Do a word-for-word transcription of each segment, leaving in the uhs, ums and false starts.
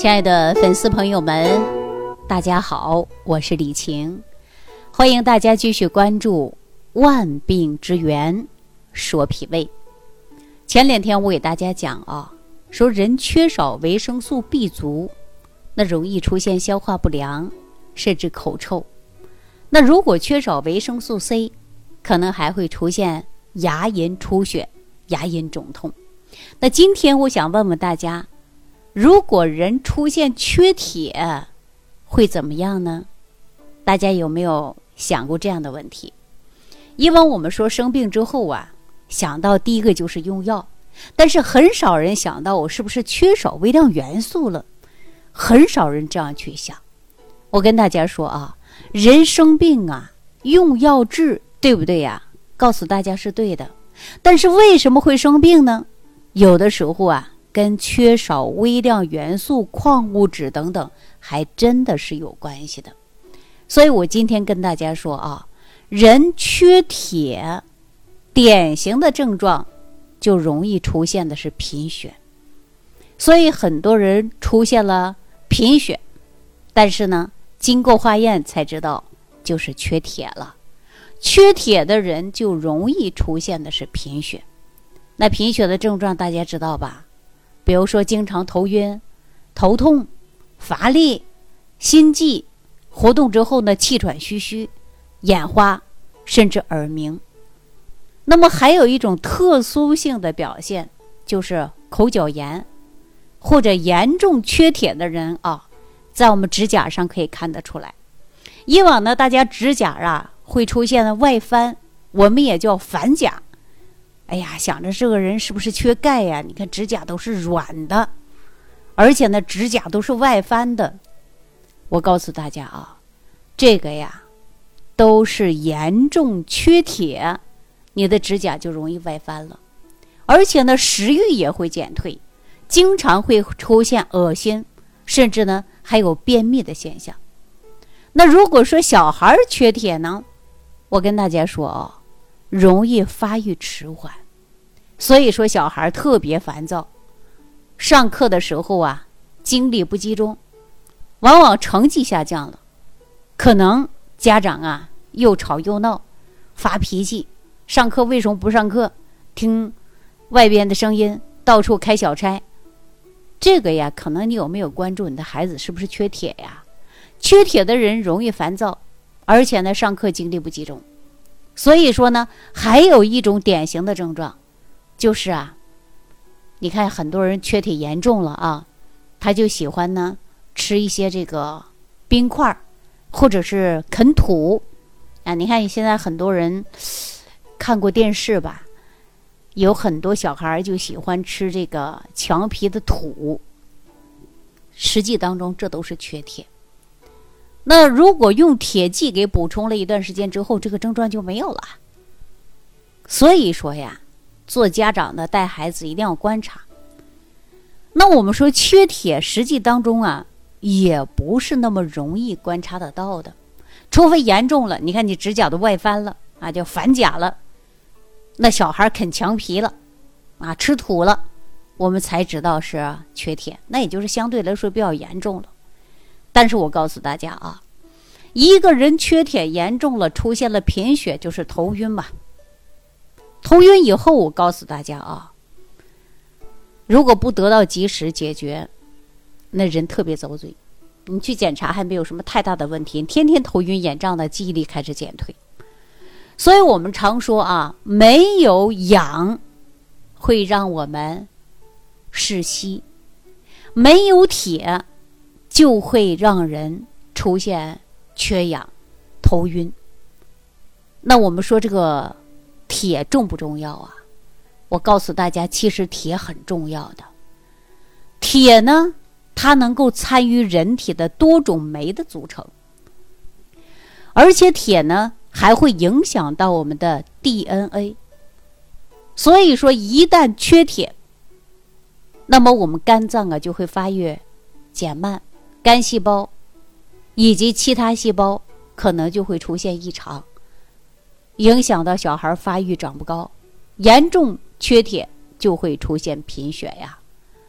亲爱的粉丝朋友们，大家好，我是李晴，欢迎大家继续关注万病之源说脾胃。前两天我给大家讲啊，说人缺少维生素 B 族，那容易出现消化不良，甚至口臭。那如果缺少维生素 C， 可能还会出现牙龈出血、牙龈肿痛。那今天我想问问大家，如果人出现缺铁会怎么样呢？大家有没有想过这样的问题？以往我们说生病之后啊，想到第一个就是用药，但是很少人想到我是不是缺少微量元素了，很少人这样去想。我跟大家说啊，人生病啊，用药治，对不对呀？告诉大家是对的，但是为什么会生病呢？有的时候啊，跟缺少微量元素、矿物质等等还真的是有关系的。所以我今天跟大家说啊，人缺铁典型的症状就容易出现的是贫血。所以很多人出现了贫血，但是呢经过化验才知道就是缺铁了。缺铁的人就容易出现的是贫血。那贫血的症状大家知道吧？比如说经常头晕、头痛、乏力、心悸，活动之后呢气喘吁吁、眼花，甚至耳鸣。那么还有一种特殊性的表现，就是口角炎，或者严重缺铁的人啊，在我们指甲上可以看得出来。以往呢，大家指甲啊会出现外翻，我们也叫反甲。哎呀，想着这个人是不是缺钙呀？你看指甲都是软的，而且呢指甲都是外翻的。我告诉大家啊，这个呀都是严重缺铁，你的指甲就容易外翻了。而且呢食欲也会减退，经常会出现恶心，甚至呢还有便秘的现象。那如果说小孩缺铁呢，我跟大家说哦，容易发育迟缓。所以说小孩特别烦躁，上课的时候啊精力不集中，往往成绩下降了。可能家长啊又吵又闹，发脾气，上课为什么不上课，听外边的声音，到处开小差。这个呀可能你有没有关注你的孩子是不是缺铁呀？缺铁的人容易烦躁，而且呢上课精力不集中。所以说呢还有一种典型的症状，就是啊你看很多人缺铁严重了啊，他就喜欢呢吃一些这个冰块，或者是啃土啊。你看现在很多人看过电视吧，有很多小孩就喜欢吃这个墙皮的土，实际当中这都是缺铁。那如果用铁剂给补充了一段时间之后，这个症状就没有了。所以说呀，做家长的带孩子一定要观察。那我们说缺铁实际当中啊也不是那么容易观察得到的，除非严重了，你看你指甲都外翻了啊，叫反甲了，那小孩啃墙皮了啊，吃土了，我们才知道是缺铁，那也就是相对来说比较严重了。但是我告诉大家啊，一个人缺铁严重了，出现了贫血，就是头晕嘛。头晕以后，我告诉大家啊，如果不得到及时解决，那人特别遭罪。你去检查还没有什么太大的问题，天天头晕眼胀的，记忆力开始减退。所以我们常说啊，没有氧会让我们窒息，没有铁就会让人出现缺氧、头晕。那我们说这个铁重不重要啊？我告诉大家，其实铁很重要的。铁呢，它能够参与人体的多种酶的组成，而且铁呢还会影响到我们的 D N A。 所以说一旦缺铁，那么我们肝脏啊就会发育减慢，肝细胞以及其他细胞可能就会出现异常，影响到小孩发育长不高，严重缺铁就会出现贫血呀。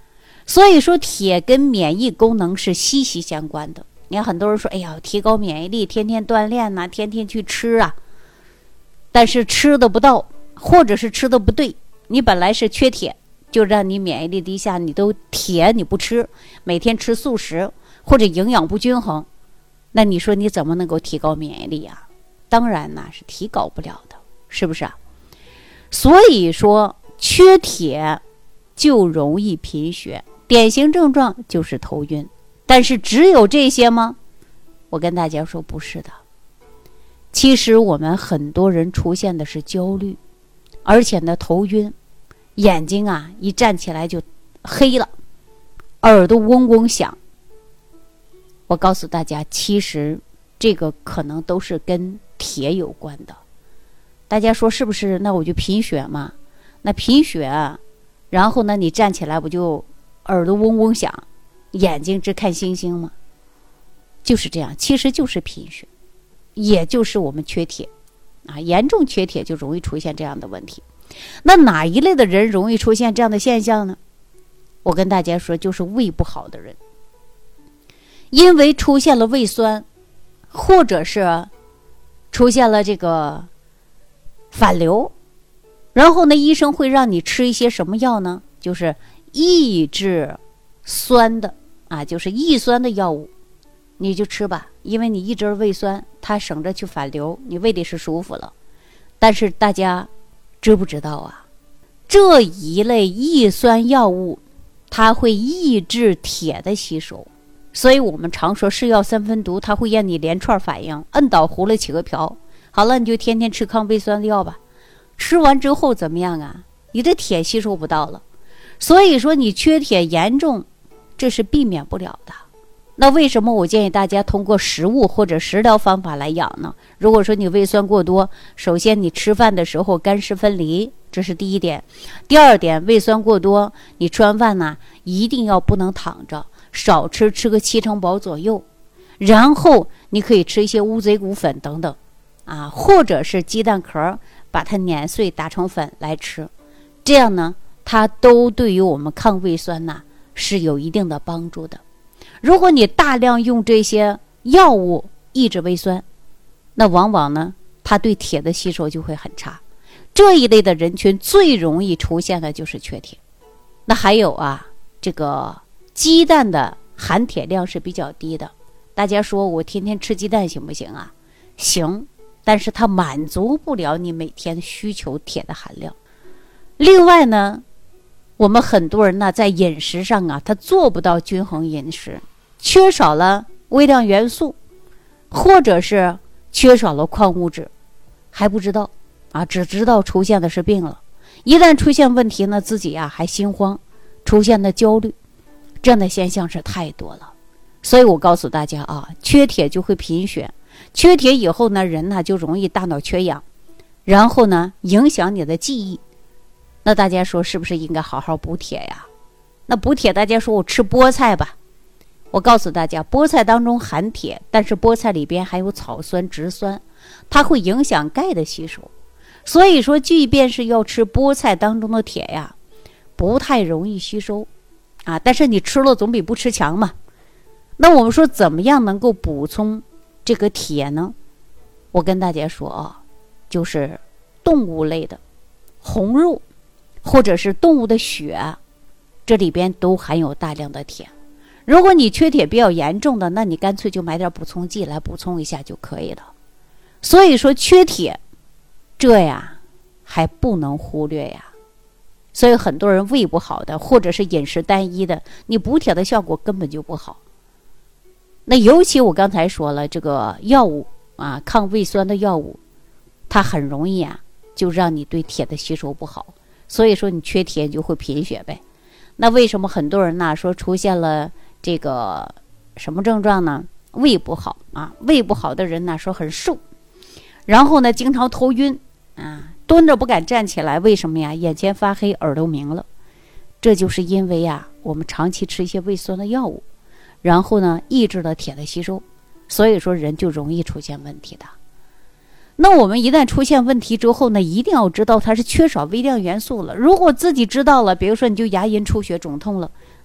所以说铁跟免疫功能是息息相关的。你看很多人说，哎呀，提高免疫力，天天锻炼呐、啊，天天去吃啊，但是吃的不到，或者是吃的不对，你本来是缺铁，就让你免疫力低下，你都铁你不吃，每天吃素食或者营养不均衡，那你说你怎么能够提高免疫力啊？当然呢是提高不了的，是不是啊？所以说缺铁就容易贫血，典型症状就是头晕。但是只有这些吗？我跟大家说不是的。其实我们很多人出现的是焦虑，而且呢头晕，眼睛啊一站起来就黑了，耳朵嗡嗡响。我告诉大家，其实这个可能都是跟铁有关的。大家说是不是？那我就贫血嘛。那贫血，然后呢你站起来不就耳朵嗡嗡响，眼睛只看星星吗？就是这样，其实就是贫血，也就是我们缺铁啊，严重缺铁就容易出现这样的问题。那哪一类的人容易出现这样的现象呢？我跟大家说，就是胃不好的人，因为出现了胃酸，或者是出现了这个反流，然后呢医生会让你吃一些什么药呢？就是抑制酸的啊，就是抑酸的药物，你就吃吧，因为你抑制胃酸，它省着去反流，你胃里是舒服了。但是大家知不知道啊？这一类抑酸药物，它会抑制铁的吸收，所以我们常说是药三分毒，它会让你连串反应，摁倒葫芦起个瓢。好了，你就天天吃抗胃酸的药吧，吃完之后怎么样啊？你的铁吸收不到了，所以说你缺铁严重，这是避免不了的。那为什么我建议大家通过食物或者食疗方法来养呢？如果说你胃酸过多，首先你吃饭的时候干湿分离，这是第一点。第二点，胃酸过多，你吃完饭呢一定要不能躺着，少吃，吃个七成饱左右。然后你可以吃一些乌贼骨粉等等啊，或者是鸡蛋壳把它碾碎打成粉来吃，这样呢它都对于我们抗胃酸呐是有一定的帮助的。如果你大量用这些药物抑制胃酸，那往往呢它对铁的吸收就会很差。这一类的人群最容易出现的就是缺铁。那还有啊，这个鸡蛋的含铁量是比较低的。大家说我天天吃鸡蛋行不行啊？行，但是它满足不了你每天需求铁的含量。另外呢，我们很多人呢在饮食上啊，他做不到均衡饮食，缺少了微量元素，或者是缺少了矿物质，还不知道啊，只知道出现的是病了。一旦出现问题呢，自己啊还心慌，出现的焦虑，这样的现象是太多了。所以我告诉大家啊，缺铁就会贫血，缺铁以后呢，人呢就容易大脑缺氧，然后呢影响你的记忆。那大家说是不是应该好好补铁呀？那补铁，大家说我吃菠菜吧。我告诉大家，菠菜当中含铁，但是菠菜里边还有草酸、植酸，它会影响钙的吸收。所以说，即便是要吃菠菜当中的铁呀，不太容易吸收啊。但是你吃了总比不吃强嘛。那我们说怎么样能够补充这个铁呢？我跟大家说啊，就是动物类的红肉，或者是动物的血，这里边都含有大量的铁。如果你缺铁比较严重的，那你干脆就买点补充剂来补充一下就可以了。所以说缺铁这呀还不能忽略呀。所以很多人胃不好的，或者是饮食单一的，你补铁的效果根本就不好。那尤其我刚才说了，这个药物啊，抗胃酸的药物，它很容易啊就让你对铁的吸收不好，所以说你缺铁你就会贫血呗。那为什么很多人呢说出现了这个什么症状呢？胃不好啊，胃不好的人呢说很瘦，然后呢经常头晕啊，蹲着不敢站起来，为什么呀？眼前发黑，耳朵鸣了。这就是因为呀我们长期吃一些胃酸的药物，然后呢抑制了铁的吸收，所以说人就容易出现问题的。那我们一旦出现问题之后呢，一定要知道它是缺少微量元素了。如果自己知道了，比如说你就牙龈出血肿痛了，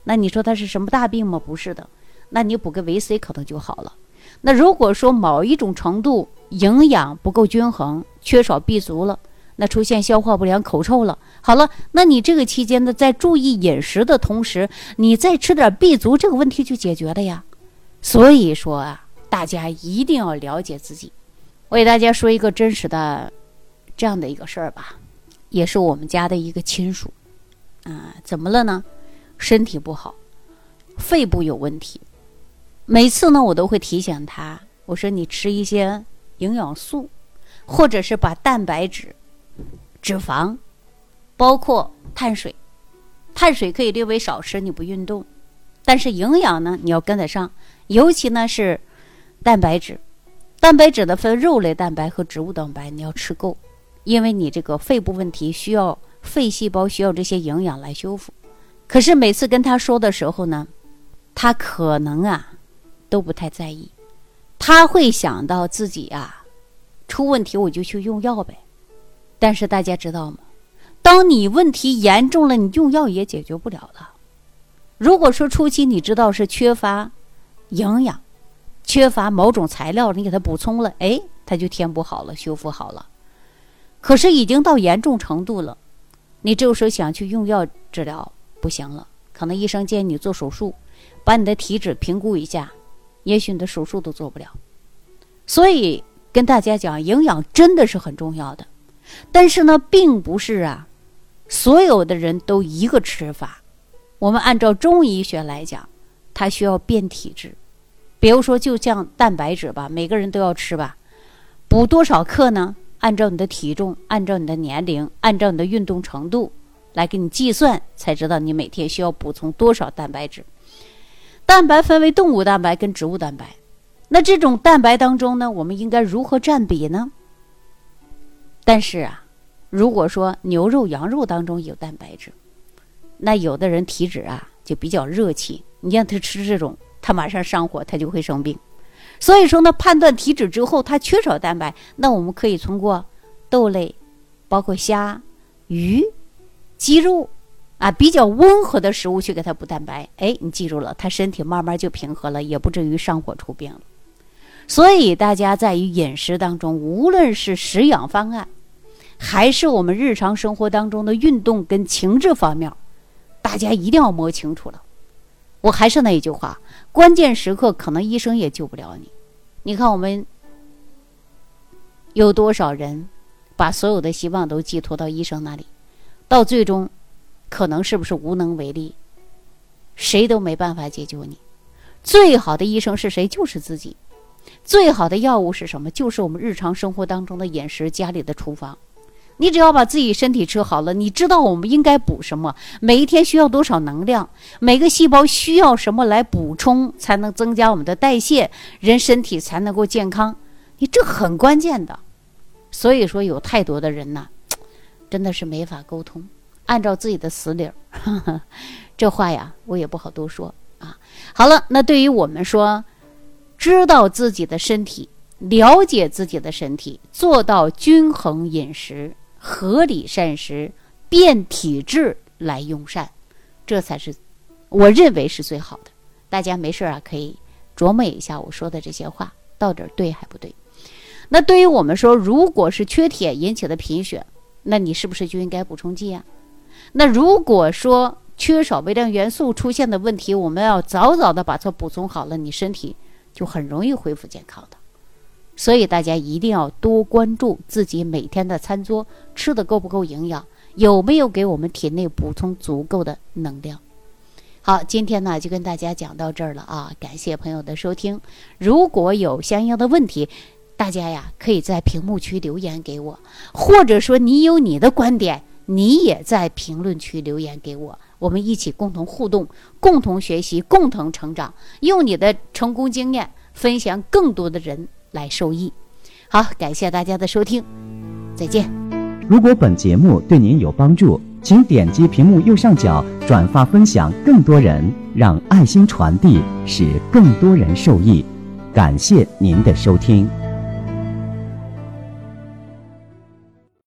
那你说它是什么大病吗？不是的，那你补个维 C 可能就好了。那如果说某一种程度营养不够均衡，缺少 B 族了，那出现消化不良、口臭了，好了，那你这个期间呢，在注意饮食的同时，你再吃点 B 族，这个问题就解决了呀。所以说啊，大家一定要了解自己。我给大家说一个真实的这样的一个事儿吧，也是我们家的一个亲属啊，怎么了呢？身体不好，肺部有问题。每次呢，我都会提醒他，我说你吃一些营养素，或者是把蛋白质、脂肪，包括碳水，碳水可以略微少吃，你不运动，但是营养呢，你要跟得上，尤其呢是蛋白质。蛋白质的分肉类蛋白和植物蛋白，你要吃够，因为你这个肺部问题需要肺细胞需要这些营养来修复。可是每次跟他说的时候呢，他可能啊都不太在意，他会想到自己啊出问题我就去用药呗。但是大家知道吗？当你问题严重了，你用药也解决不了了。如果说初期你知道是缺乏营养，缺乏某种材料，你给它补充了，哎，它就填补好了，修复好了。可是已经到严重程度了，你这个时候想去用药治疗不行了，可能医生建议你做手术，把你的体质评估一下，也许你的手术都做不了。所以跟大家讲，营养真的是很重要的，但是呢，并不是啊所有的人都一个吃法。我们按照中医学来讲，它需要变体质。比如说就像蛋白质吧，每个人都要吃吧，补多少克呢？按照你的体重，按照你的年龄，按照你的运动程度来给你计算，才知道你每天需要补充多少蛋白质。蛋白分为动物蛋白跟植物蛋白，那这种蛋白当中呢，我们应该如何占比呢？但是啊，如果说牛肉、羊肉当中有蛋白质，那有的人体质啊就比较热气，你让他吃这种，他马上上火，他就会生病。所以说呢，判断体质之后他缺少蛋白，那我们可以通过豆类，包括虾、鱼、鸡肉啊，比较温和的食物去给他补蛋白。哎，你记住了，他身体慢慢就平和了，也不至于上火出病了。所以大家在于饮食当中，无论是食养方案，还是我们日常生活当中的运动跟情志方面，大家一定要摸清楚了。我还是那一句话，关键时刻可能医生也救不了你。你看我们有多少人把所有的希望都寄托到医生那里，到最终可能是不是无能为力，谁都没办法解救你。最好的医生是谁？就是自己。最好的药物是什么？就是我们日常生活当中的饮食，家里的厨房。你只要把自己身体吃好了，你知道我们应该补什么，每一天需要多少能量，每个细胞需要什么来补充，才能增加我们的代谢，人身体才能够健康，你这很关键的。所以说有太多的人呢，真的是没法沟通，按照自己的死理儿，呵呵，这话呀我也不好多说啊。好了，那对于我们说知道自己的身体，了解自己的身体，做到均衡饮食，合理膳食，变体质来用膳，这才是我认为是最好的。大家没事啊，可以琢磨一下我说的这些话到底对还不对。那对于我们说，如果是缺铁引起的贫血，那你是不是就应该补充剂啊？那如果说缺少微量元素出现的问题，我们要早早的把它补充好了，你身体就很容易恢复健康的。所以大家一定要多关注自己每天的餐桌，吃的够不够营养，有没有给我们体内补充足够的能量。好，今天呢就跟大家讲到这儿了啊，感谢朋友的收听。如果有相应的问题，大家呀可以在屏幕区留言给我，或者说你有你的观点，你也在评论区留言给我，我们一起共同互动，共同学习，共同成长，用你的成功经验分享更多的人来受益。好，感谢大家的收听，再见。 如果本节目对您有帮助，请点击屏幕右上角转发分享，更多人，让爱心传递，使更多人受益。感谢您的收听。